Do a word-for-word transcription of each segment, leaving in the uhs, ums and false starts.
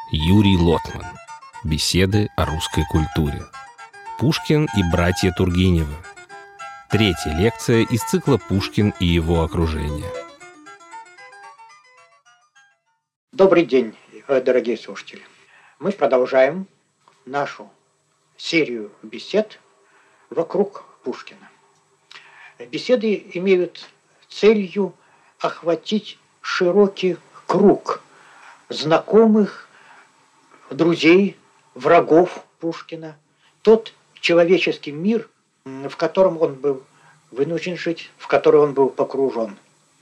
Юрий Лотман. Беседы о русской культуре. Пушкин и братья Тургеневы. Третья лекция из цикла «Пушкин и его окружение». Добрый день, дорогие слушатели. Мы продолжаем нашу серию бесед вокруг Пушкина. Беседы имеют целью охватить широкий круг знакомых, друзей, врагов Пушкина, тот человеческий мир, в котором он был вынужден жить, в который он был погружен.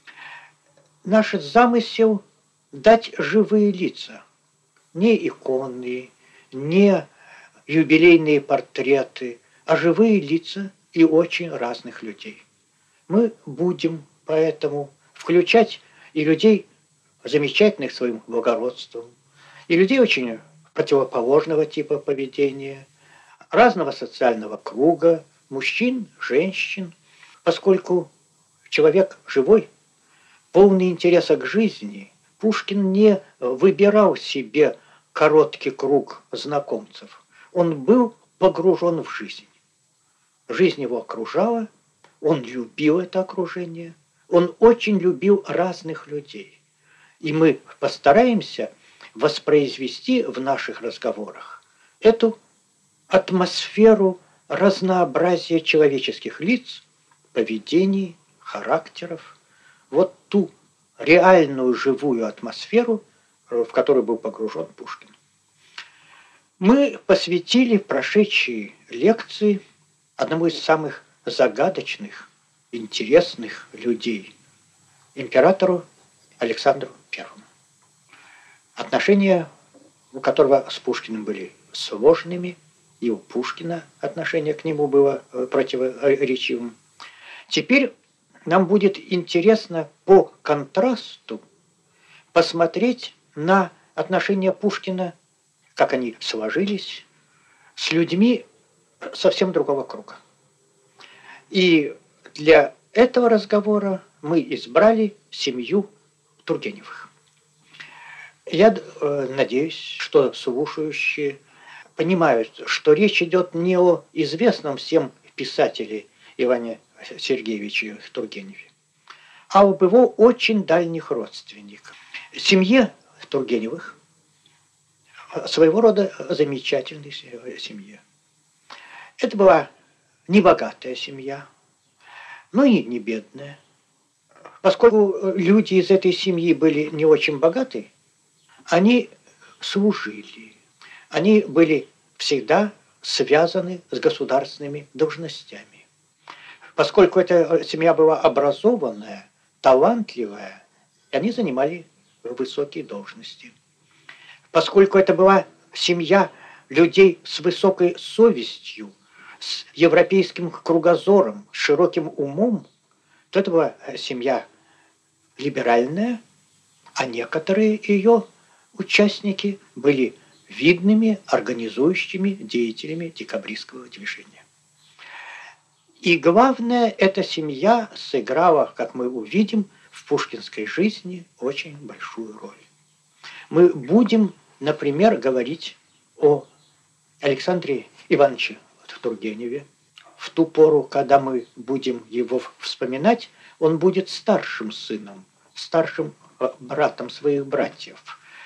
Наш замысел – дать живые лица, не иконы, не юбилейные портреты, а живые лица и очень разных людей. Мы будем поэтому включать и людей, замечательных своим благородством, и людей очень противоположного типа поведения, разного социального круга, мужчин, женщин, поскольку человек живой, полный интереса к жизни, Пушкин не выбирал себе короткий круг знакомцев. Он был погружен в жизнь. Жизнь его окружала, он любил это окружение, он очень любил разных людей. И мы постараемся воспроизвести в наших разговорах эту атмосферу разнообразия человеческих лиц, поведений, характеров, вот ту реальную живую атмосферу, в которую был погружен Пушкин. Мы посвятили прошедшие лекции одному из самых загадочных, интересных людей, императору Александру Первому. Отношения у которого с Пушкиным были сложными, и у Пушкина отношение к нему было противоречивым. Теперь нам будет интересно по контрасту посмотреть на отношения Пушкина, как они сложились, с людьми совсем другого круга. И для этого разговора мы избрали семью Тургеневых. Я э, надеюсь, что слушающие понимают, что речь идет не о известном всем писателе Иване Сергеевиче Тургеневе, а об его очень дальних родственниках. Семье Тургеневых, своего рода замечательной семье. Это была небогатая семья, но и не бедная. Поскольку люди из этой семьи были не очень богаты, они служили, они были всегда связаны с государственными должностями. Поскольку эта семья была образованная, талантливая, они занимали высокие должности. Поскольку это была семья людей с высокой совестью, с европейским кругозором, с широким умом, то это была семья либеральная, а некоторые ее участники были видными организующими деятелями декабристского движения. И главное, эта семья сыграла, как мы увидим, в пушкинской жизни очень большую роль. Мы будем, например, говорить о Александре Ивановиче Тургеневе. В ту пору, когда мы будем его вспоминать, он будет старшим сыном, старшим братом своих братьев.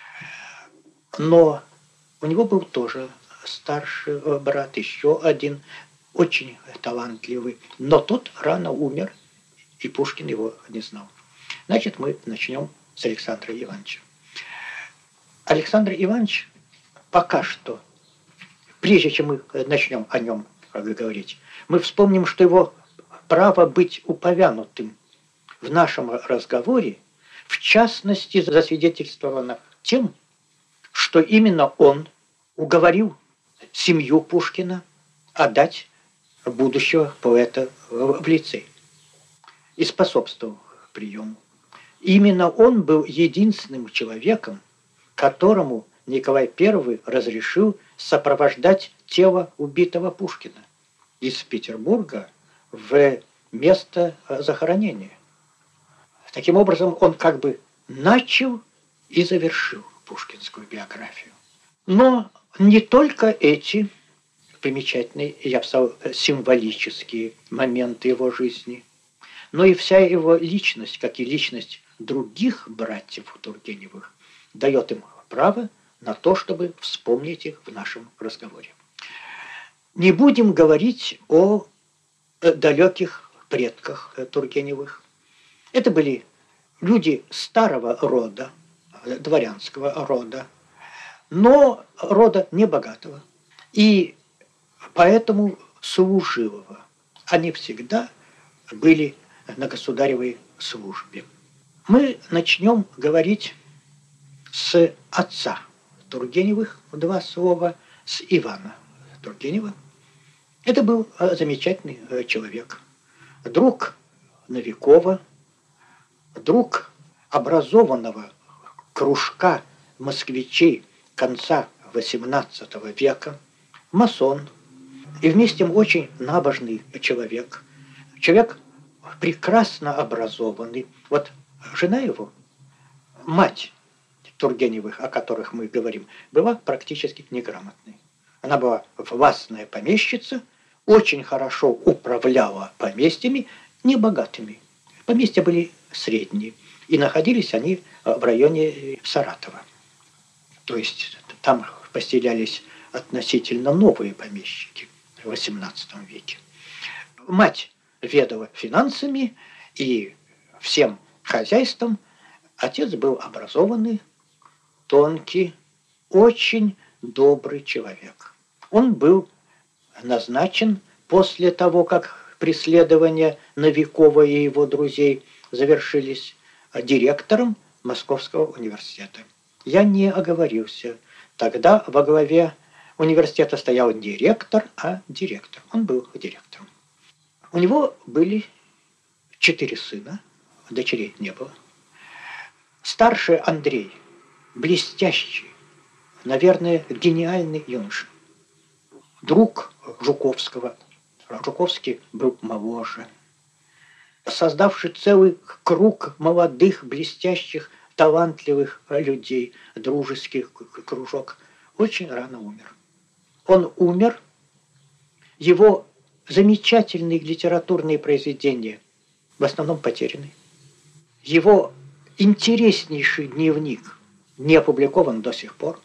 Но у него был тоже старший брат, еще один, очень талантливый. Но тот рано умер, и Пушкин его не знал. Значит, мы начнем с Александра Ивановича. Александр Иванович пока что, прежде чем мы начнем о нем говорить, мы вспомним, что его право быть упомянутым в нашем разговоре, в частности, засвидетельствовано тем, что именно он уговорил семью Пушкина отдать будущего поэта в лицей и способствовал приему. Именно он был единственным человеком, которому Николай Первый разрешил сопровождать тело убитого Пушкина из Петербурга в место захоронения. Таким образом, он как бы начал и завершил пушкинскую биографию. Но не только эти примечательные, я бы сказал, символические моменты его жизни, но и вся его личность, как и личность других братьев Тургеневых, дает им право на то, чтобы вспомнить их в нашем разговоре. Не будем говорить о далеких предках Тургеневых. Это были люди старого рода, дворянского рода, но рода небогатого и поэтому служивого. Они всегда были на государевой службе. Мы начнем говорить с отца Тургеневых, два слова, с Ивана Тургенева. Это был замечательный человек, друг Новикова, друг образованного кружка москвичей конца восемнадцатого века, масон, и вместе очень набожный человек, человек прекрасно образованный. Вот жена его, мать Тургеневых, о которых мы говорим, была практически неграмотной. Она была властная помещица, очень хорошо управляла поместьями, небогатыми. Поместья были средние, и находились они в районе Саратова. То есть там поселялись относительно новые помещики в восемнадцатом веке. Мать ведала финансами и всем хозяйством. Отец был образованный, тонкий, очень добрый человек. Он был назначен после того, как преследования Новикова и его друзей завершились, директором Московского университета. Я не оговорился. Тогда во главе университета стоял не ректор, а директор. Он был директором. У него были четыре сына, дочерей не было. Старший Андрей, блестящий, наверное, гениальный юноша. Друг Жуковского. Жуковский был моложе. Создавший целый круг молодых, блестящих, талантливых людей, дружеский кружок, очень рано умер. Он умер, его замечательные литературные произведения в основном потеряны. Его интереснейший дневник не опубликован до сих пор.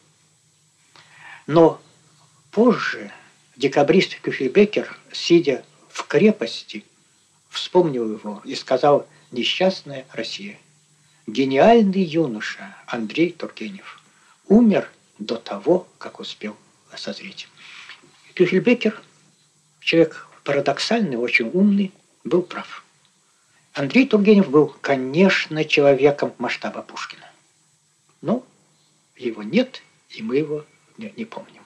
Но позже декабрист Кюхельбекер, сидя в крепости, вспомнил его и сказал: «Несчастная Россия». Гениальный юноша Андрей Тургенев умер до того, как успел созреть. Кюхельбекер, человек парадоксальный, очень умный, был прав. Андрей Тургенев был, конечно, человеком масштаба Пушкина. Но его нет, и мы его не, не помним.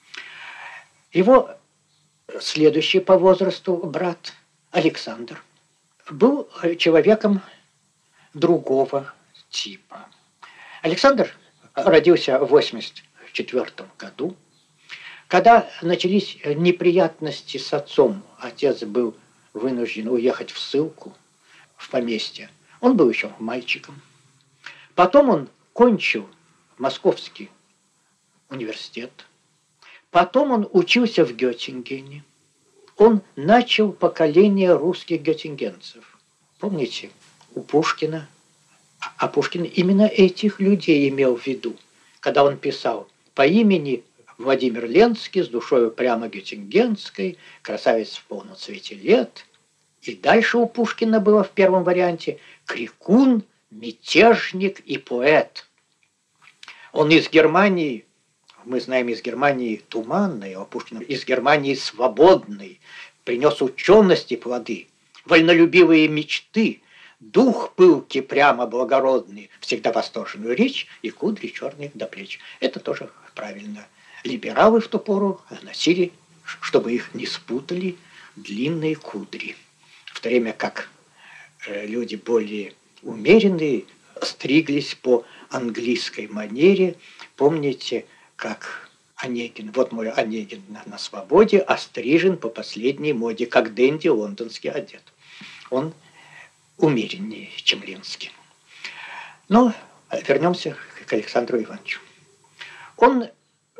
Его следующий по возрасту брат Александр был человеком другого типа. Александр родился в восемьдесят четвёртом году. Когда начались неприятности с отцом, отец был вынужден уехать в ссылку, в поместье. Он был еще мальчиком. Потом он кончил Московский университет. Потом он учился в Геттингене. Он начал поколение русских геттингенцев. Помните, у Пушкина, а Пушкин именно этих людей имел в виду, когда он писал: «По имени Владимир Ленский, с душою прямо геттингенской, красавец в полном цвете лет». И дальше у Пушкина было в первом варианте: крикун, мятежник и поэт. Он из Германии, мы знаем из Германии туманной, а Пушкин из Германии свободной, принес учености плоды, вольнолюбивые мечты, дух пылкий, прямо благородный, всегда восторженную речь и кудри черные до плеч. Это тоже правильно. Либералы в ту пору носили, чтобы их не спутали, длинные кудри. В то время как люди более умеренные стриглись по английской манере. Помните, как Онегин, вот мой Онегин на, на свободе, острижен по последней моде, как денди лондонский одет. Он умереннее, чем Ленский. Но вернемся к Александру Ивановичу. Он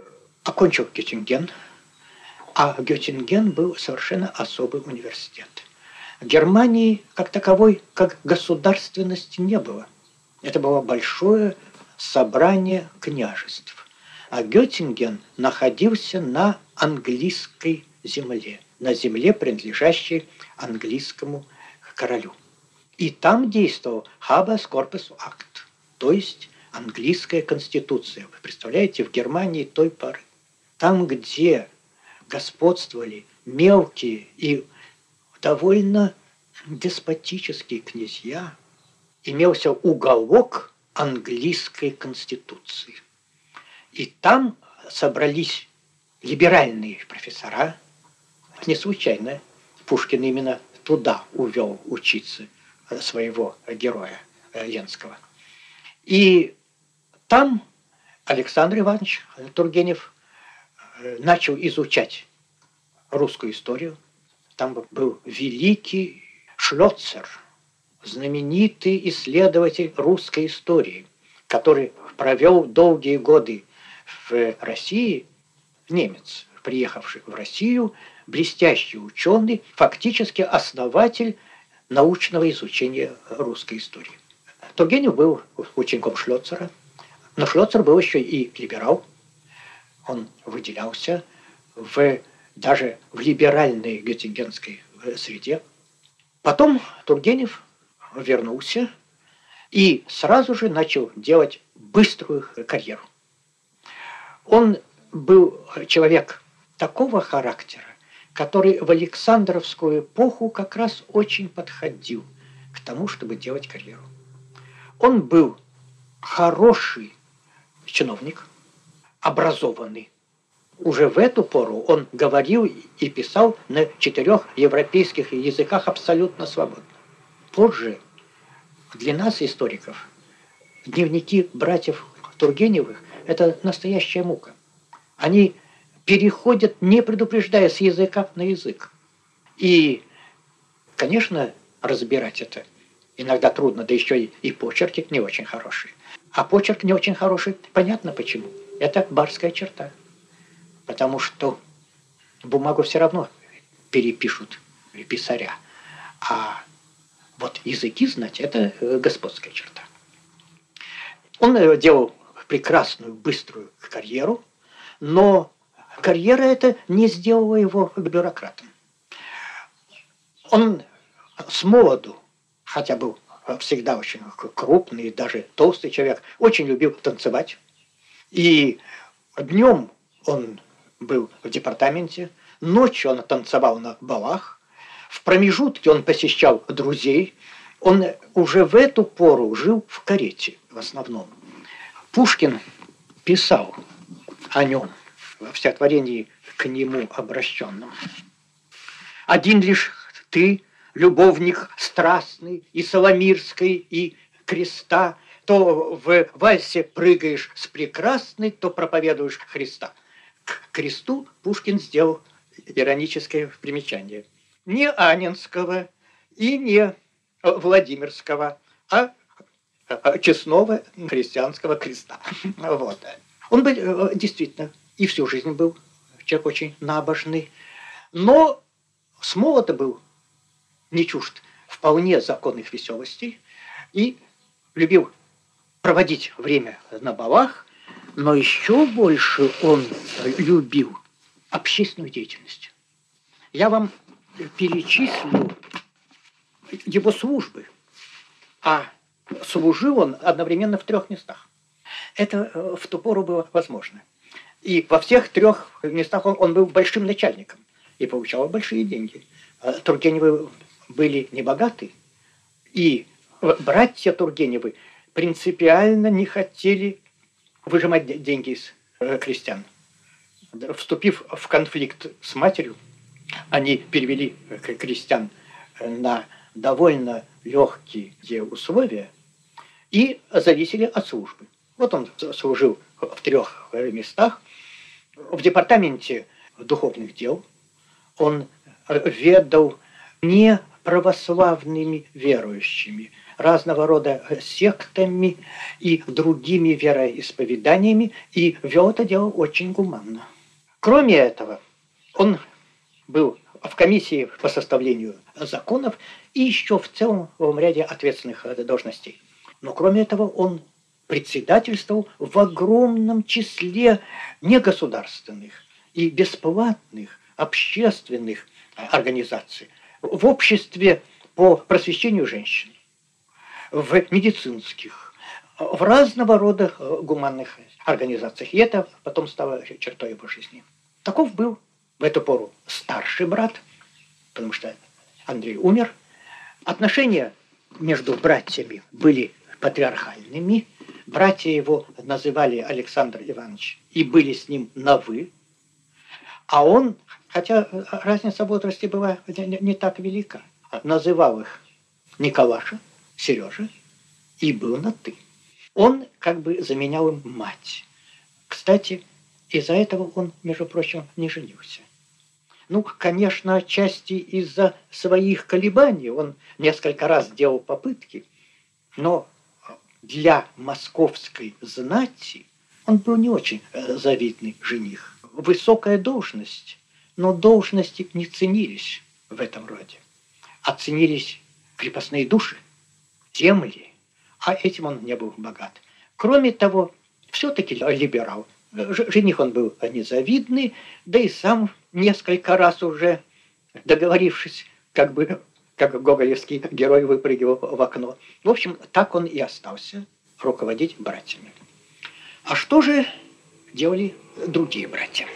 окончил Геттинген, а Геттинген был совершенно особый университет. Германии как таковой, как государственности не было. Это было большое собрание княжеств. А Геттинген находился на английской земле, на земле, принадлежащей английскому королю. И там действовал habeas corpus act, то есть английская конституция. Вы представляете, в Германии той поры. Там, где господствовали мелкие и довольно деспотические князья, имелся уголок английской конституции. И там собрались либеральные профессора. Не случайно Пушкин именно туда увел учиться своего героя Ленского. И там Александр Иванович Тургенев начал изучать русскую историю. Там был великий Шлёцер, знаменитый исследователь русской истории, который провел долгие годы в России, немец, приехавший в Россию, блестящий ученый, фактически основатель научного изучения русской истории. Тургенев был учеником Шлёцера, но Шлёцер был еще и либерал. Он выделялся в, даже в либеральной геттингенской среде. Потом Тургенев вернулся и сразу же начал делать быструю карьеру. Он был человек такого характера, который в Александровскую эпоху как раз очень подходил к тому, чтобы делать карьеру. Он был хороший чиновник, образованный. Уже в эту пору он говорил и писал на четырех европейских языках абсолютно свободно. Позже для нас, историков, дневники братьев Тургеневых – это настоящая мука. Они переходят, не предупреждая, с языка на язык. И, конечно, разбирать это иногда трудно, да еще и, и почерки не очень хорошие. А почерк не очень хороший, понятно почему. Это барская черта. Потому что бумагу все равно перепишут писаря. А вот языки знать – это господская черта. Он делал прекрасную, быструю карьеру, но карьера эта не сделала его бюрократом. Он с молоду, хотя был всегда очень крупный, даже толстый человек, очень любил танцевать. И днем он был в департаменте, ночью он танцевал на балах, в промежутке он посещал друзей. Он уже в эту пору жил в карете в основном. Пушкин писал о нем в стихотворении к нему обращенном. «Один лишь ты, любовник страстный и Соломирской, и креста, то в вальсе прыгаешь с прекрасной, то проповедуешь Христа». К кресту Пушкин сделал ироническое примечание. Не Анненского и не Владимирского, а честного христианского креста. Вот. Он был действительно и всю жизнь был человек очень набожный, но с молода был не чужд вполне законных веселостей и любил проводить время на балах, но еще больше он любил общественную деятельность. Я вам перечислю его службы, а служил он одновременно в трех местах. Это в ту пору было возможно. И во всех трех местах он, он был большим начальником и получал большие деньги. Тургеневы были небогаты, и братья Тургеневы принципиально не хотели выжимать деньги из крестьян. Вступив в конфликт с матерью, они перевели крестьян на довольно легкие условия и зависели от службы. Вот он служил в трех местах. В департаменте духовных дел он ведал не православными верующими, разного рода сектами и другими вероисповеданиями, и вел это дело очень гуманно. Кроме этого, он был в комиссии по составлению законов и еще в целом в ряде ответственных должностей. Но кроме этого, он председательствовал в огромном числе негосударственных и бесплатных общественных организаций. В обществе по просвещению женщин, в медицинских, в разного рода гуманных организациях. И это потом стало чертой его жизни. Таков был в эту пору старший брат, потому что Андрей умер. Отношения между братьями были патриархальными. Братья его называли Александр Иванович и были с ним на «вы». А он, хотя разница в возрасте была не, не так велика, называл их Николаша, Сережа и был на «ты». Он как бы заменял им мать. Кстати, из-за этого он, между прочим, не женился. Ну, конечно, отчасти из-за своих колебаний он несколько раз делал попытки, но для московской знати он был не очень завидный жених. Высокая должность, но должности не ценились в этом роде, а ценились крепостные души, земли, а этим он не был богат. Кроме того, все-таки либерал. Жених он был незавидный, да и сам несколько раз уже, договорившись, как бы, как гоголевский герой выпрыгивал в окно. В общем, так он и остался руководить братьями. А что же делали другие братья?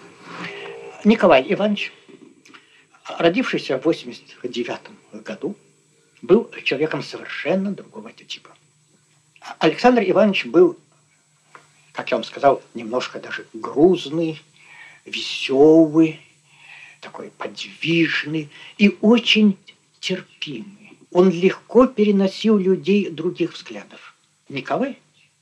Николай Иванович, родившийся в восемьдесят девятом году, был человеком совершенно другого типа. Александр Иванович был, как я вам сказал, немножко даже грузный, веселый, такой подвижный и очень терпимый. Он легко переносил людей других взглядов. Николай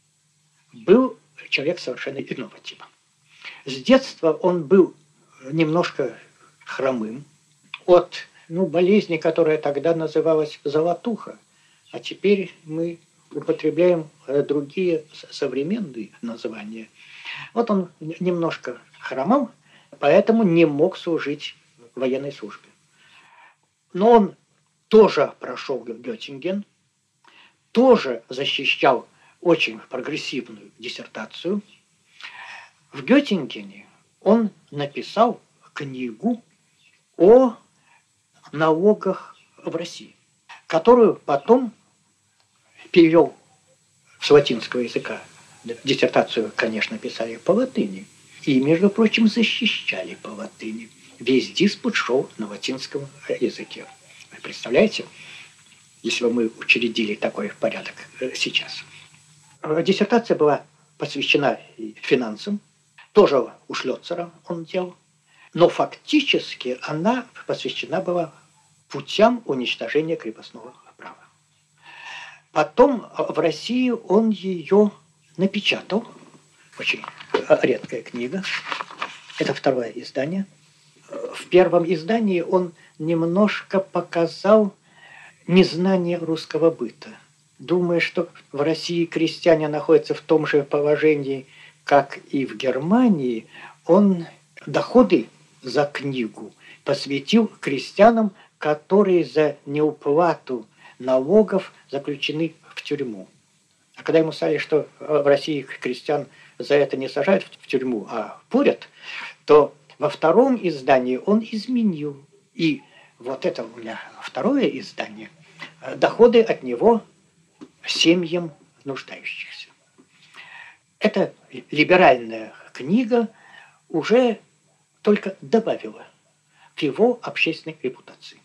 был человек совершенно иного типа. С детства он был немножко хромым от ну, болезни, которая тогда называлась золотуха, а теперь мы употребляем другие современные названия. Вот он немножко хромал, поэтому не мог служить в военной службе. Но он тоже прошел Геттинген, тоже защищал очень прогрессивную диссертацию. В Геттингене он написал книгу о налогах в России, которую потом перевел с латинского языка. Диссертацию, конечно, писали по латыни. И, между прочим, защищали по латыни. Весь диспут шел на латинском языке. Вы представляете, если бы мы учредили такой порядок сейчас? Диссертация была посвящена финансам. Тоже у Шлёцера он делал. Но фактически она посвящена была путям уничтожения крепостного права. Потом в России он ее напечатал. Очень редкая книга. Это второе издание. В первом издании он немножко показал незнание русского быта. Думая, что в России крестьяне находятся в том же положении, как и в Германии, он доходы за книгу посвятил крестьянам, которые за неуплату налогов заключены в тюрьму. А когда ему сказали, что в России крестьян за это не сажают в тюрьму, а пурят, то во втором издании он изменил. И вот это у меня второе издание. Доходы от него семьям нуждающихся. Эта либеральная книга уже только добавила к его общественной репутации.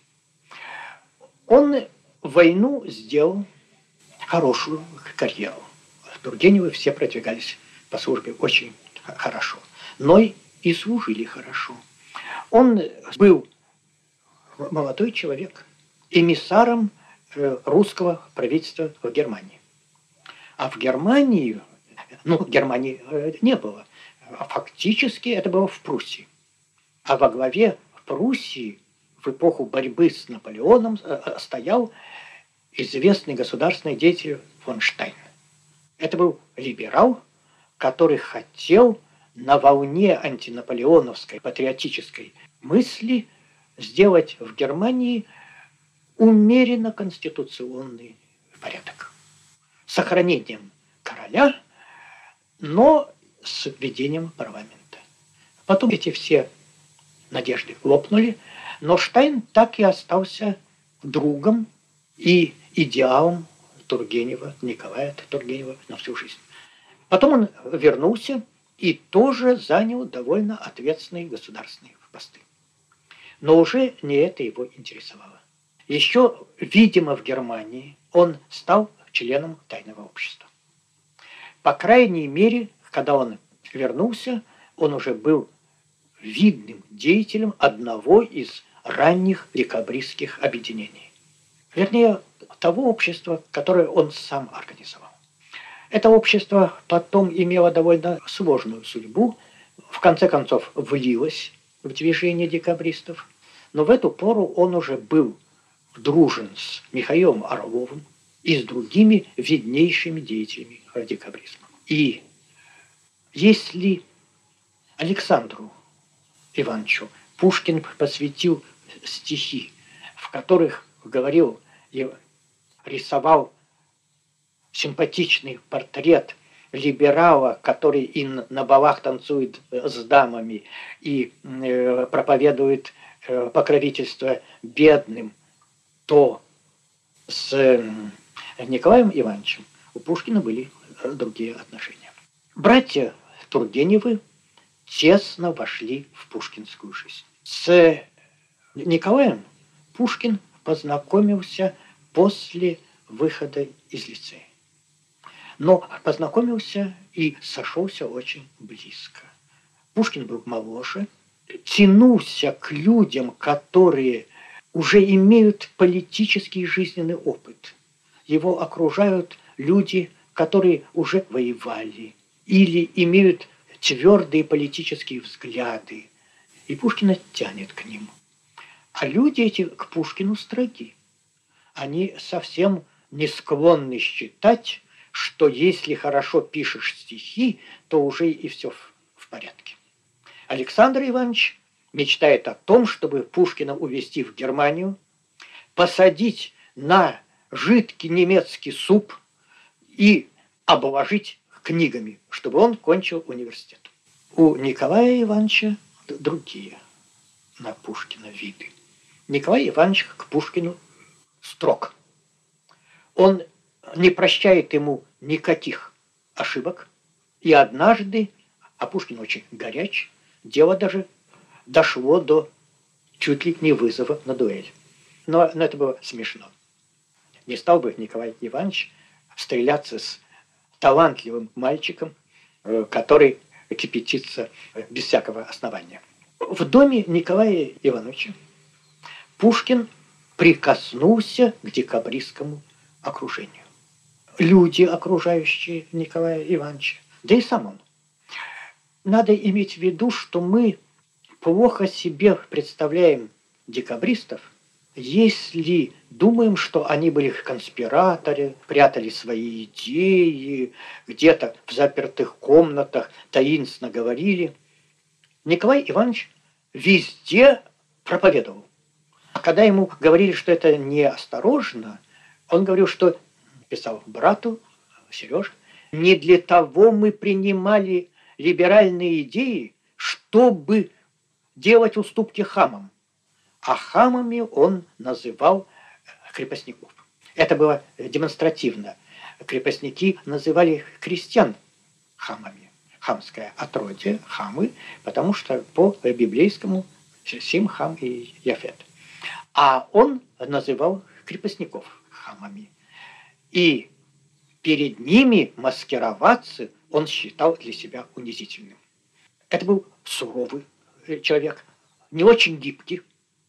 Он войну сделал хорошую карьеру. Тургеневы все продвигались по службе очень хорошо, но и служили хорошо. Он был молодой человек, эмиссаром русского правительства в Германии. А в Германии, ну, Германии не было. Фактически это было в Пруссии. А во главе Пруссии в эпоху борьбы с Наполеоном стоял известный государственный деятель фон Штайн. Это был либерал, который хотел на волне антинаполеоновской патриотической мысли сделать в Германии умеренно конституционный порядок. С сохранением короля, но с введением парламента. Потом эти все надежды лопнули, но Штайн так и остался другом и идеалом Тургенева, Николая Тургенева на всю жизнь. Потом он вернулся и тоже занял довольно ответственные государственные посты. Но уже не это его интересовало. Еще, видимо, в Германии он стал членом тайного общества. По крайней мере, когда он вернулся, он уже был видным деятелем одного из ранних декабристских объединений. Вернее, того общества, которое он сам организовал. Это общество потом имело довольно сложную судьбу, в конце концов влилось в движение декабристов, но в эту пору он уже был дружен с Михаилом Орловым и с другими виднейшими деятелями декабризма. И если Александру Ивановичу Пушкин посвятил стихи, в которых говорил и рисовал симпатичный портрет либерала, который и на балах танцует с дамами и э, проповедует э, покровительство бедным, то с э, Николаем Ивановичем у Пушкина были другие отношения. Братья Тургеневы тесно вошли в пушкинскую жизнь. С Николаем Пушкин познакомился после выхода из лицея. Но познакомился и сошелся очень близко. Пушкин был моложе, тянулся к людям, которые уже имеют политический жизненный опыт. Его окружают люди, которые уже воевали или имеют твердые политические взгляды. И Пушкина тянет к ним. А люди эти к Пушкину строги. Они совсем не склонны считать, что если хорошо пишешь стихи, то уже и все в, в порядке. Александр Иванович мечтает о том, чтобы Пушкина увезти в Германию, посадить на жидкий немецкий суп и обложить книгами, чтобы он кончил университет. У Николая Ивановича другие на Пушкина виды. Николай Иванович к Пушкину строг. Он не прощает ему никаких ошибок. И однажды, а Пушкин очень горяч, дело даже дошло до чуть ли не вызова на дуэль. Но, но это было смешно. Не стал бы Николай Иванович стреляться с талантливым мальчиком, который кипятится без всякого основания. В доме Николая Ивановича Пушкин прикоснулся к декабристскому окружению. Люди, окружающие Николая Ивановича, да и сам он. Надо иметь в виду, что мы плохо себе представляем декабристов, если думаем, что они были конспираторы, прятали свои идеи, где-то в запертых комнатах таинственно говорили. Николай Иванович везде проповедовал. А когда ему говорили, что это неосторожно, он говорил, что, писал брату Сереже, не для того мы принимали либеральные идеи, чтобы делать уступки хамам. А хамами он называл крепостников. Это было демонстративно. Крепостники называли крестьян хамами. Хамское отродье, хамы, потому что по библейскому Сим, Хам и Яфет. А он называл крепостников хамами. И перед ними маскироваться он считал для себя унизительным. Это был суровый человек, не очень гибкий,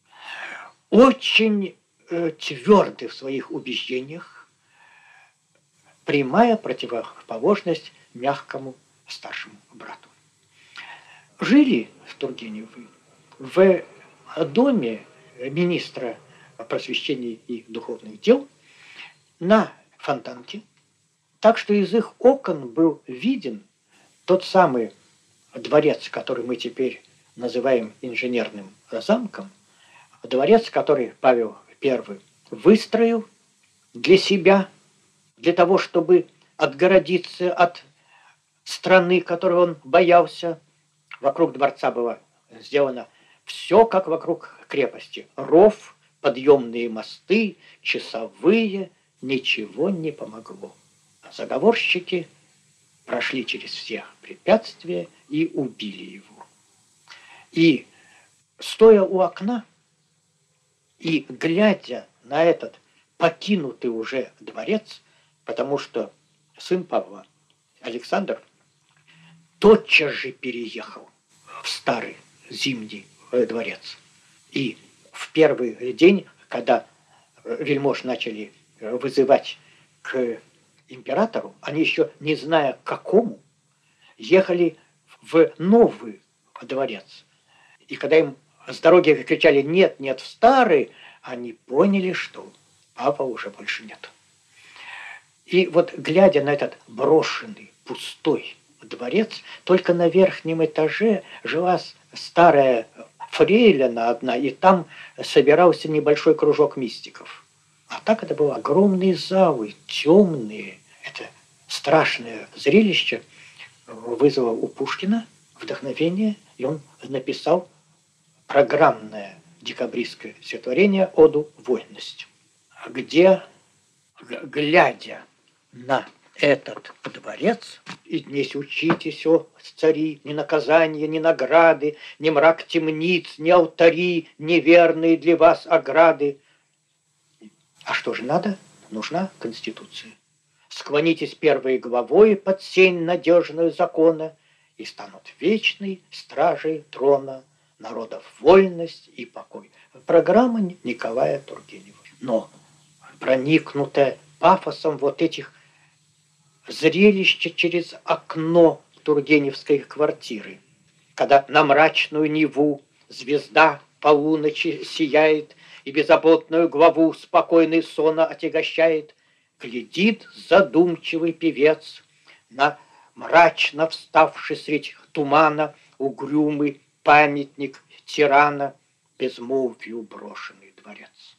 очень э, твердый в своих убеждениях, прямая противоположность мягкому старшему брату. Жили в Тургеневы в доме министра просвещения и духовных дел на Фонтанке, так что из их окон был виден тот самый дворец, который мы теперь называем инженерным замком, дворец, который Павел Первый выстроил для себя, для того, чтобы отгородиться от страны, которой он боялся. Вокруг дворца было сделано все, как вокруг крепости. Ров, подъемные мосты, часовые. Ничего не помогло. Заговорщики прошли через все препятствия и убили его. И, стоя у окна и глядя на этот покинутый уже дворец, потому что сын Павла, Александр, тотчас же переехал в старый Зимний дворец. И в первый день, когда вельмож начали вызывать к императору, они еще не зная к какому, ехали в новый дворец. И когда им с дороги кричали «нет, нет, в старый», они поняли, что папа уже больше нет. И вот глядя на этот брошенный, пустой дворец, только на верхнем этаже жила старая фрейлина одна, и там собирался небольшой кружок мистиков. А так это было огромные залы, темные. Это страшное зрелище вызвало у Пушкина вдохновение, и он написал программное декабристское стихотворение «Оду вольности», где, глядя на этот дворец, «И днесь учитесь, о цари, ни наказания, ни награды, ни мрак темниц, ни алтари, неверные для вас ограды». А что же надо? Нужна Конституция. Склонитесь первой главой под сень надежную закона, и станут вечной стражей трона народов вольность и покой. Программа Николая Тургенева. Но проникнутая пафосом вот этих зрелищ через окно тургеневской квартиры, когда на мрачную Неву звезда полуночи сияет и беззаботную главу спокойный сона отягощает, глядит задумчивый певец на мрачно вставший средь тумана угрюмый памятник тирана, безмолвию брошенный дворец.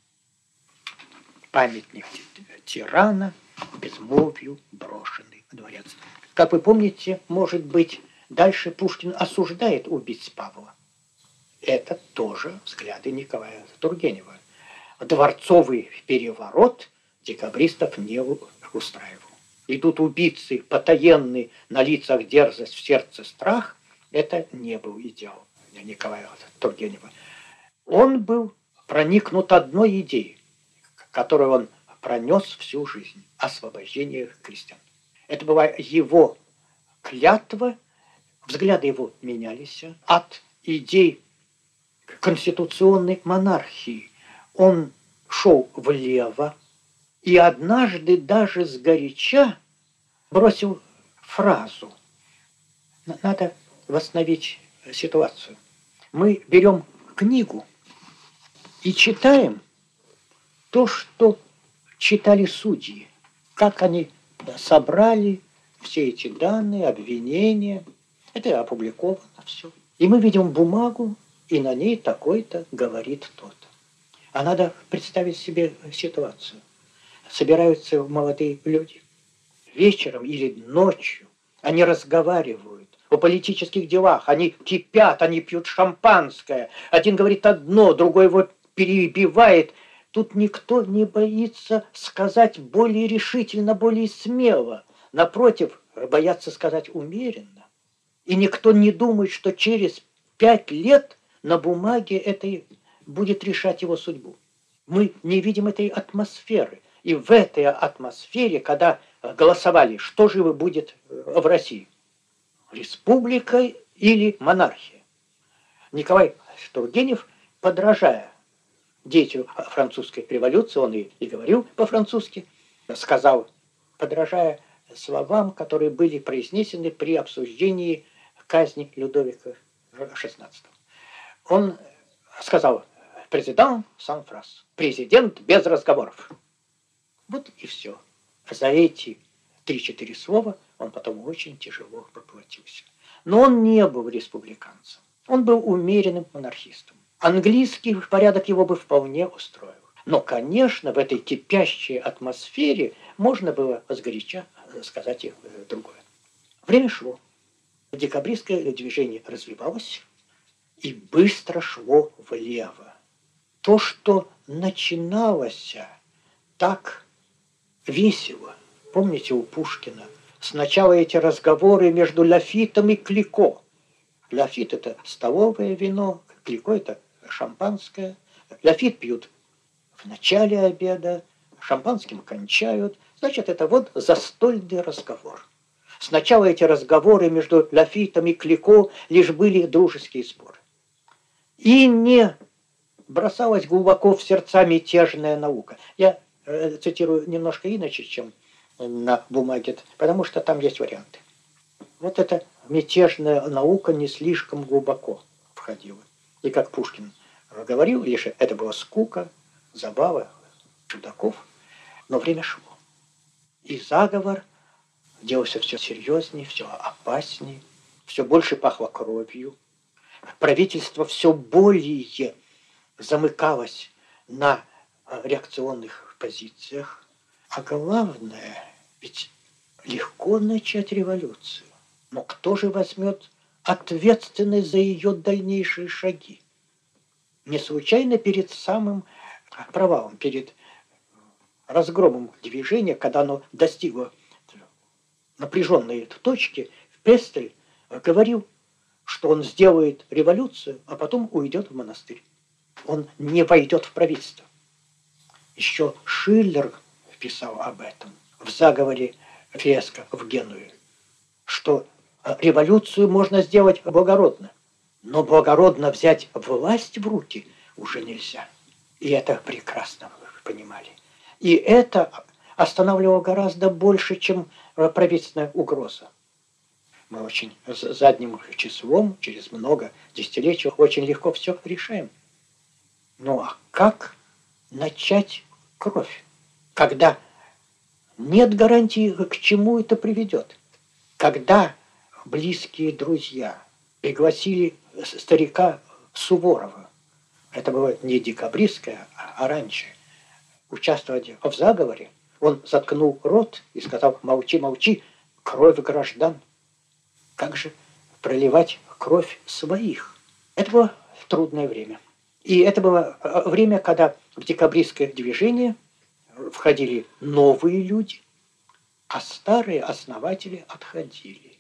Памятник тирана, безмолвию брошенный дворец. Как вы помните, может быть, дальше Пушкин осуждает убийц Павла. Это тоже взгляды Николая Тургенева. Дворцовый переворот декабристов не устраивал. Идут убийцы потаенные, на лицах дерзость, в сердце страх. Это не был идеал Николая Тургенева. Он был проникнут одной идеей, которую он пронес всю жизнь – освобождение крестьян. Это была его клятва, взгляды его менялись от идей конституционной монархии. Он шел влево и однажды даже сгоряча бросил фразу. Надо восстановить ситуацию. Мы берем книгу и читаем то, что читали судьи, как они собрали все эти данные, обвинения. Это опубликовано все. И мы видим бумагу, и на ней такой-то говорит тот. А надо представить себе ситуацию. Собираются молодые люди. Вечером или ночью они разговаривают о политических делах. Они кипят, они пьют шампанское. Один говорит одно, другой его перебивает. Тут никто не боится сказать более решительно, более смело. Напротив, боятся сказать умеренно. И никто не думает, что через пять лет на бумаге этой будет решать его судьбу. Мы не видим этой атмосферы. И в этой атмосфере, когда голосовали, что же будет в России? Республика или монархия? Николай Тургенев, подражая деятелю французской революции, он и, и говорил по-французски, сказал, подражая словам, которые были произнесены при обсуждении казни Людовика шестнадцатого. Он сказал, президент sans phrase, президент без разговоров. Вот и все. За эти три-четыре слова, он потом очень тяжело поплатился. Но он не был республиканцем. Он был умеренным монархистом. Английский порядок его бы вполне устроил. Но, конечно, в этой кипящей атмосфере можно было сгоряча сказать и другое. Время шло. Декабристское движение развивалось и быстро шло влево. То, что начиналось так весело, помните у Пушкина, сначала эти разговоры между Лафитом и Клико. Лафит – это столовое вино, Клико – это шампанское. Лафит пьют в начале обеда, шампанским кончают. Значит, это вот застольный разговор. Сначала эти разговоры между Лафитом и Клико лишь были дружеские споры. И не бросалась глубоко в сердца мятежная наука. Я э, цитирую немножко иначе, чем на бумаге, потому что там есть варианты. Вот эта мятежная наука не слишком глубоко входила. И как Пушкин говорил, лишь это была скука, забава, чудаков, но время шло. И заговор делался все серьезнее, все опаснее, все больше пахло кровью. Правительство все более замыкалось на реакционных позициях. А главное, ведь легко начать революцию. Но кто же возьмет ответственность за ее дальнейшие шаги? Не случайно перед самым провалом, перед разгромом движения, когда оно достигло напряженной точки, Пестель говорил, что он сделает революцию, а потом уйдет в монастырь. Он не войдет в правительство. Еще Шиллер писал об этом в заговоре Фиеско в Генуе, что революцию можно сделать благородно, но благородно взять власть в руки уже нельзя. И это прекрасно вы понимали. И это останавливало гораздо больше, чем правительственная угроза. Мы очень задним числом, через много десятилетий, очень легко все решаем. Ну а как начать кровь, когда нет гарантии, к чему это приведет? Когда близкие друзья пригласили старика Суворова, это было не декабристское, а раньше, участвовать в заговоре, он заткнул рот и сказал: молчи, молчи, кровь граждан. Как же проливать кровь своих? Это было трудное время. И это было время, когда в декабристское движение входили новые люди, а старые основатели отходили.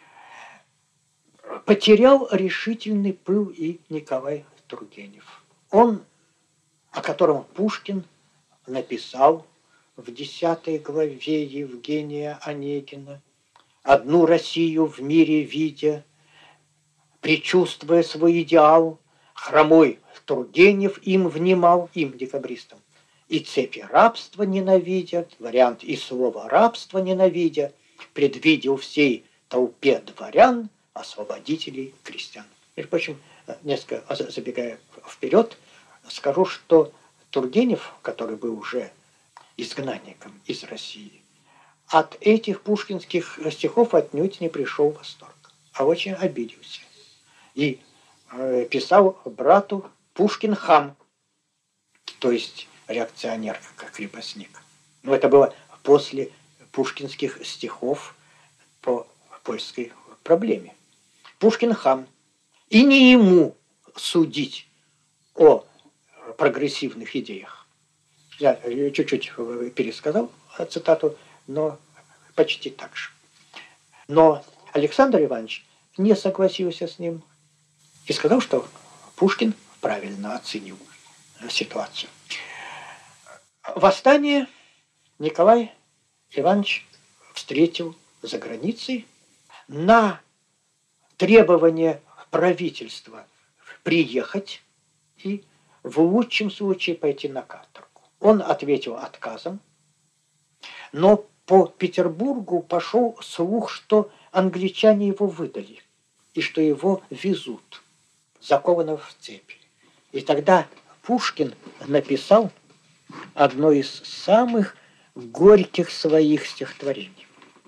Потерял решительный пыл и Николай Тургенев. Он, о котором Пушкин написал в десятой главе Евгения Онегина: «Одну Россию в мире видя, предчувствуя свой идеал, хромой Тургенев им внимал, им, декабристам, и цепи рабства ненавидя, вариант и слова рабства ненавидя, предвидел всей толпе дворян освободителей крестьян». Между прочим, несколько забегая вперед, скажу, что Тургенев, который был уже изгнанником из России, от этих пушкинских стихов отнюдь не пришел в восторг, а очень обиделся. И э, писал брату: «Пушкин хам», то есть реакционер, как крепостник. Но это было после пушкинских стихов по польской проблеме. Пушкин хам. И не ему судить о прогрессивных идеях. Я чуть-чуть пересказал цитату, но почти так же. Но Александр Иванович не согласился с ним и сказал, что Пушкин правильно оценил ситуацию. Восстание Николай Иванович встретил за границей. На требование правительства приехать и в лучшем случае пойти на каторгу он ответил отказом, но по Петербургу пошел слух, что англичане его выдали и что его везут, закованного в цепи. И тогда Пушкин написал одно из самых горьких своих стихотворений.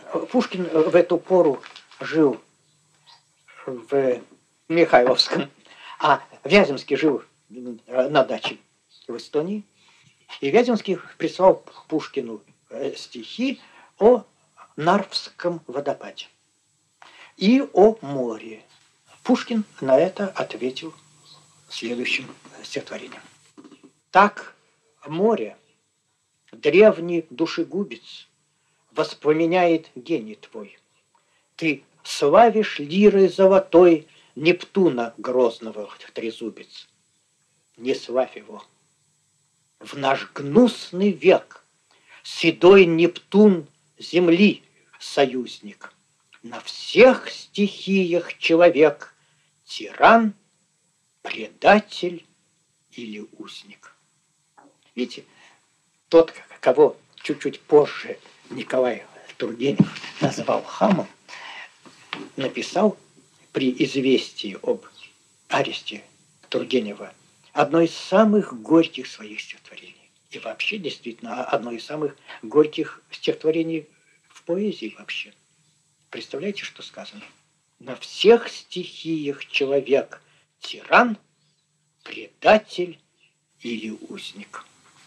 Пушкин в эту пору жил в Михайловском, а Вяземский жил на даче в Эстонии. И Вяземский прислал Пушкину стихи о Нарвском водопаде и о море. Пушкин на это ответил следующим стихотворением. Так море, древний душегубец, воспламеняет гений твой. Ты славишь лирой золотой Нептуна грозного трезубец. Не славь его. В наш гнусный век седой Нептун земли союзник. На всех стихиях человек тиран, предатель или узник. Видите, тот, кого чуть-чуть позже Николай Тургенев назвал хамом, написал при известии об аресте Тургенева одно из самых горьких своих стихотворений. И вообще, действительно, одно из самых горьких стихотворений в поэзии вообще. Представляете, что сказано? На всех стихиях человек тиран, предатель или узник.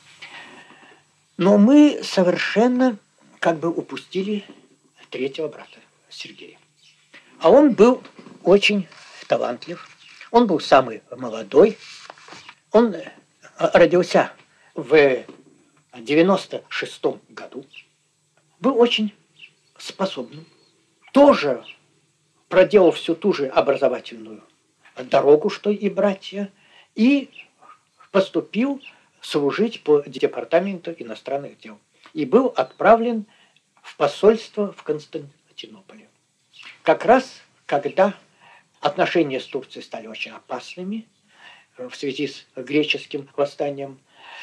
Но мы совершенно как бы упустили третьего брата Сергея. А он был очень талантлив. Он был самый молодой. Он родился в девяносто шестом году. Был очень способным. Тоже проделал всю ту же образовательную дорогу, что и братья, и поступил служить по департаменту иностранных дел. И был отправлен в посольство в Константинополе. Как раз, когда отношения с Турцией стали очень опасными в связи с греческим восстанием,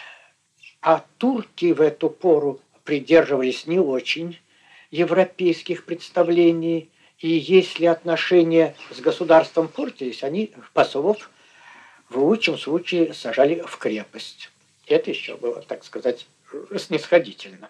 а турки в эту пору придерживались не очень европейских представлений, и если отношения с государством портились, они послов в лучшем случае сажали в крепость. Это еще было, так сказать, снисходительно.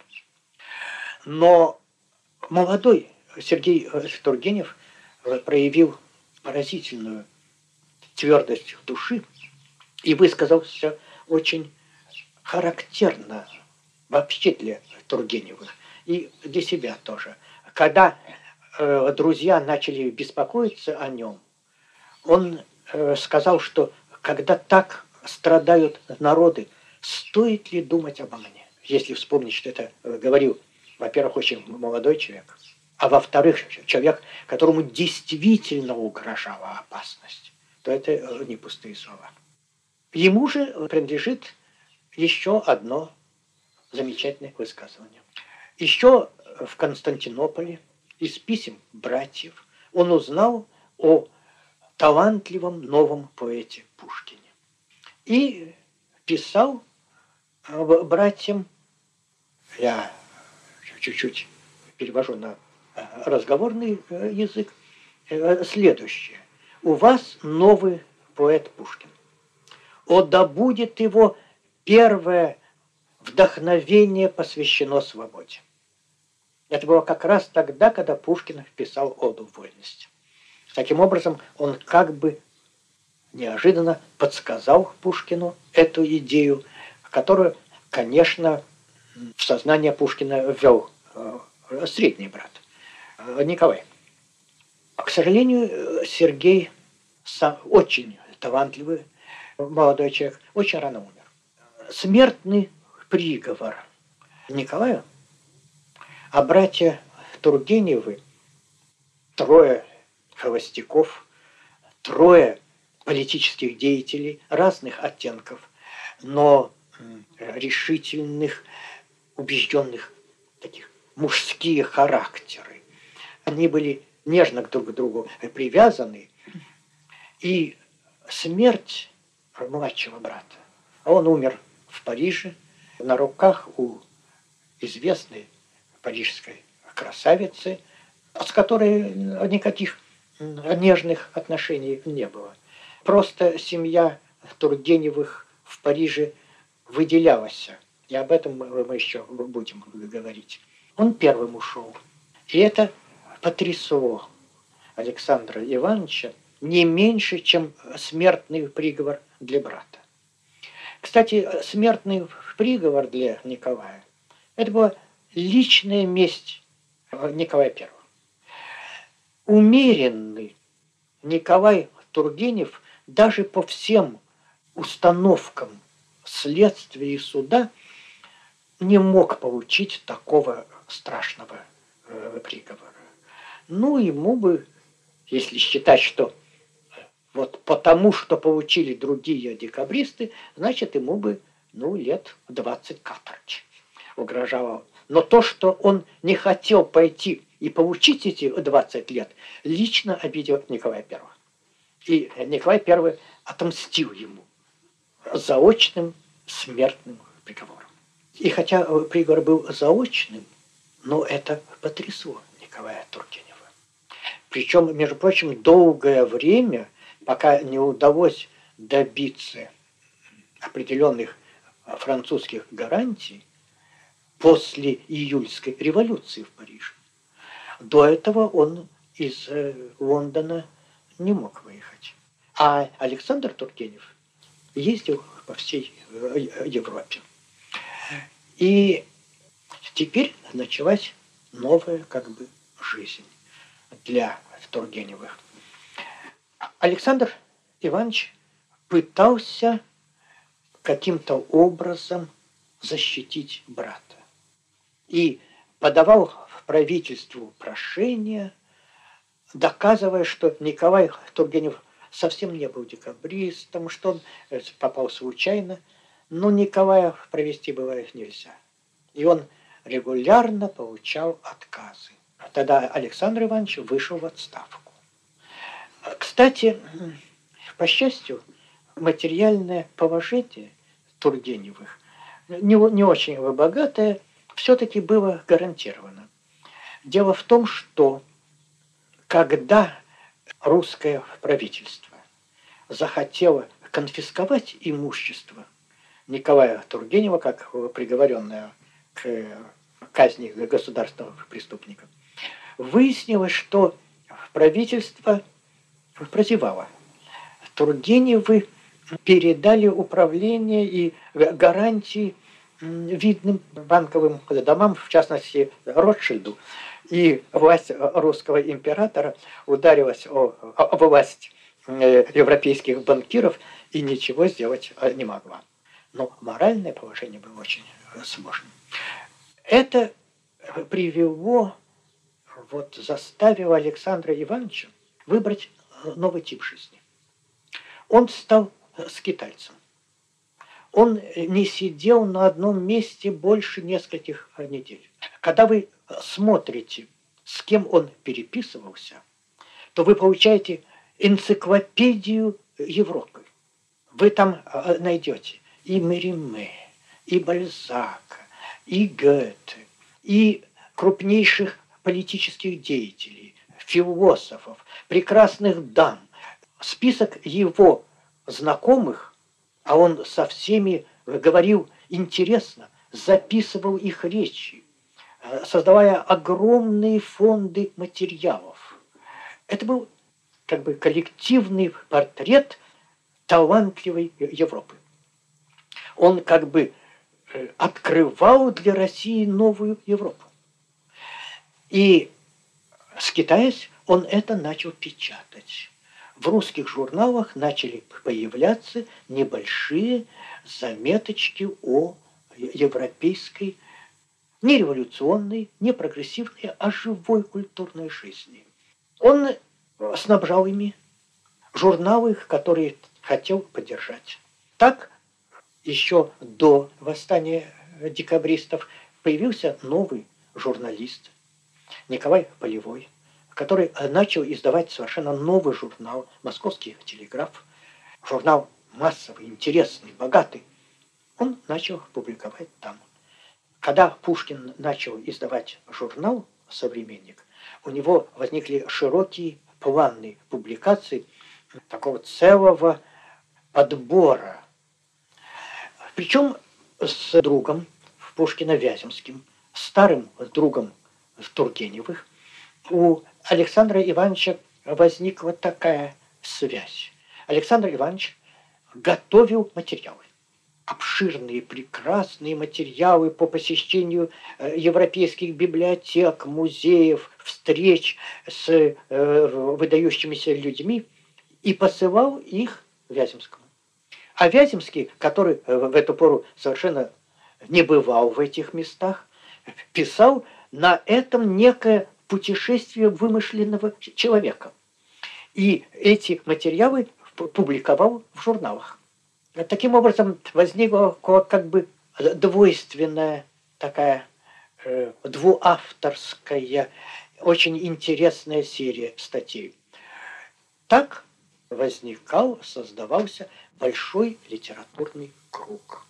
Но молодой Сергей Тургенев проявил поразительную твердость души и высказался очень характерно вообще для Тургенева и для себя тоже. Когда э, друзья начали беспокоиться о нем, он э, сказал, что когда так страдают народы, стоит ли думать обо мне? Если вспомнить, что это э, говорил, во-первых, очень молодой человек, а во-вторых, человек, которому действительно угрожала опасность, то это э, не пустые слова. Ему же принадлежит еще одно замечательное высказывание. Еще в Константинополе из писем братьев он узнал о талантливом новом поэте Пушкине. И писал братьям, я чуть-чуть перевожу на разговорный язык, следующее. У вас новый поэт Пушкин. О, да будет его первое вдохновение посвящено свободе. Это было как раз тогда, когда Пушкин писал «Оду вольности». Таким образом, он как бы неожиданно подсказал Пушкину эту идею, которую, конечно, в сознание Пушкина ввел средний брат Николай. К сожалению, Сергей сам очень талантливый молодой человек, очень рано умер. Смертный приговор Николаю, а братья Тургеневы, трое холостяков, трое политических деятелей разных оттенков, но решительных, убежденных, таких мужские характеры. Они были нежно друг к другу привязаны, и смерть младшего брата, а он умер в Париже, на руках у известной парижской красавицы, с которой никаких нежных отношений не было. Просто семья Тургеневых в Париже выделялась, и об этом мы еще будем говорить. Он первым ушел. И это потрясло Александра Ивановича не меньше, чем смертный приговор для брата. Кстати, смертный приговор для Николая – это была личная месть Николая Первого. Умеренный Николай Тургенев даже по всем установкам следствия и суда не мог получить такого страшного э, приговора. Ну, ему бы, если считать, что вот потому, что получили другие декабристы, значит, ему бы, ну, лет двадцать каторги угрожало. Но то, что он не хотел пойти и получить эти двадцать лет, лично обидел Николая Первого. И Николай Первый отомстил ему заочным смертным приговором. И хотя приговор был заочным, но это потрясло Николая Тургенева. Причем, между прочим, долгое время, пока не удалось добиться определенных французских гарантий после июльской революции в Париже, до этого он из Лондона не мог выехать. А Александр Тургенев ездил по всей Европе. И теперь началась новая как бы жизнь для Тургеневых. Александр Иванович пытался каким-то образом защитить брата и подавал правительству прошение, доказывая, что Николай Тургенев совсем не был декабристом, что он попал случайно, но Николая провести было нельзя. И он регулярно получал отказы. Тогда Александр Иванович вышел в отставку. Кстати, по счастью, материальное положение Тургеневых, не, не очень богатое, все-таки было гарантировано. Дело в том, что когда русское правительство захотело конфисковать имущество Николая Тургенева, как приговоренное к казни государственных преступников, выяснилось, что правительство прозевало. Тургеневы передали управление и гарантии видным банковым домам, в частности Ротшильду, и власть русского императора ударилась о, о власть европейских банкиров и ничего сделать не могла. Но моральное положение было очень сложным. Это привело, вот заставило Александра Ивановича выбрать новый тип жизни. Он стал скитальцем. Он не сидел на одном месте больше нескольких недель. Когда вы смотрите, с кем он переписывался, то вы получаете энциклопедию Европы. Вы там найдете и Мериме, и Бальзака, и Гёте, и крупнейших политических деятелей, философов, прекрасных дам. Список его знакомых, а он со всеми говорил интересно, записывал их речи, создавая огромные фонды материалов. Это был как бы коллективный портрет талантливой Европы. Он как бы открывал для России новую Европу. И, скитаясь, он это начал печатать. В русских журналах начали появляться небольшие заметочки о европейской, не революционной, не прогрессивной, а живой культурной жизни. Он снабжал ими журналы, которые хотел поддержать. Так, еще до восстания декабристов появился новый журналист Николай Полевой, который начал издавать совершенно новый журнал «Московский телеграф». Журнал массовый, интересный, богатый. Он начал публиковать там. Когда Пушкин начал издавать журнал «Современник», у него возникли широкие планы публикаций такого целого подбора. Причем с другом Пушкина Вяземским, старым другом Тургеневых, у Александра Ивановича возникла такая связь. Александр Иванович готовил материалы. Обширные, прекрасные материалы по посещению европейских библиотек, музеев, встреч с э, выдающимися людьми и посылал их Вяземскому. А Вяземский, который в эту пору совершенно не бывал в этих местах, писал на этом некое путешествие вымышленного человека. И эти материалы публиковал в журналах. Таким образом, возникла как бы двойственная такая э, двуавторская, очень интересная серия статей. Так возникал, создавался большой литературный круг.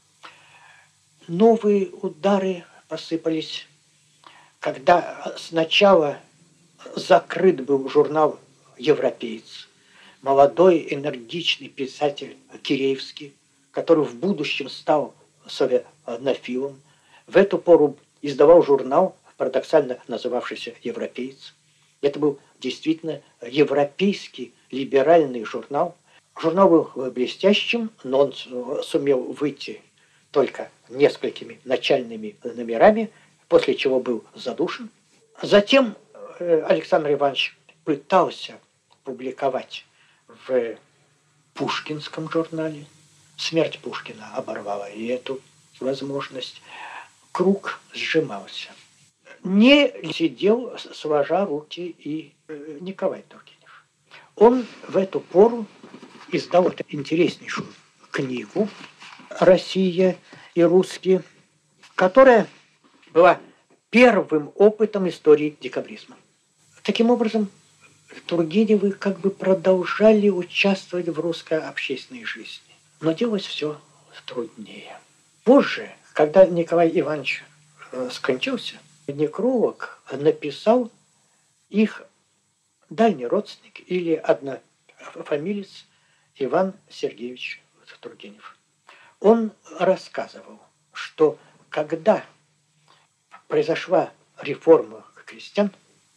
Новые удары посыпались, когда сначала закрыт был журнал «Европеец», молодой энергичный писатель Киреевский, который в будущем стал славянофилом, в эту пору издавал журнал, парадоксально называвшийся «Европеец». Это был действительно европейский либеральный журнал. Журнал был блестящим, но он сумел выйти только несколькими начальными номерами, после чего был задушен. Затем Александр Иванович пытался публиковать в Пушкинском журнале. Смерть Пушкина оборвала и эту возможность. Круг сжимался. Не сидел, сложа руки, и Николай Тургенев. Он в эту пору издал эту интереснейшую книгу «Россия и русские», которая была первым опытом истории декабризма. Таким образом, Тургеневы как бы продолжали участвовать в русской общественной жизни. Но делалось все труднее. Позже, когда Николай Иванович скончался, некролог написал их дальний родственник или однофамилец Иван Сергеевич Тургенев. Он рассказывал, что когда произошла реформа крестьян,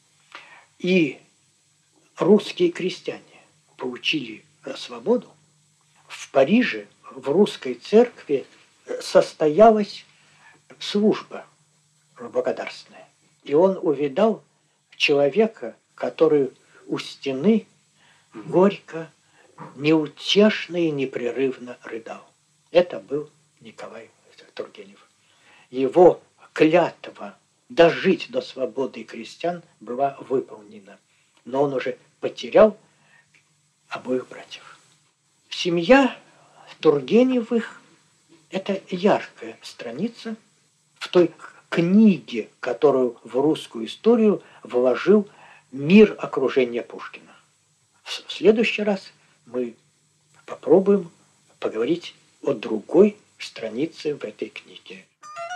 и русские крестьяне получили свободу, в Париже в русской церкви состоялась служба благодарственная. И он увидал человека, который у стены горько, неутешно и непрерывно рыдал. Это был Николай Тургенев. Его клятва дожить до свободы крестьян была выполнена. Но он уже потерял обоих братьев. Семья Тургеневых – это яркая страница в той книге, которую в русскую историю вложил мир окружения Пушкина. В следующий раз мы попробуем поговорить о другой странице в этой книге.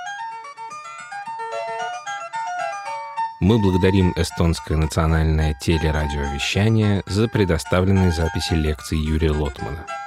Мы благодарим эстонское национальное телерадиовещание за предоставленные записи лекций Юрия Лотмана.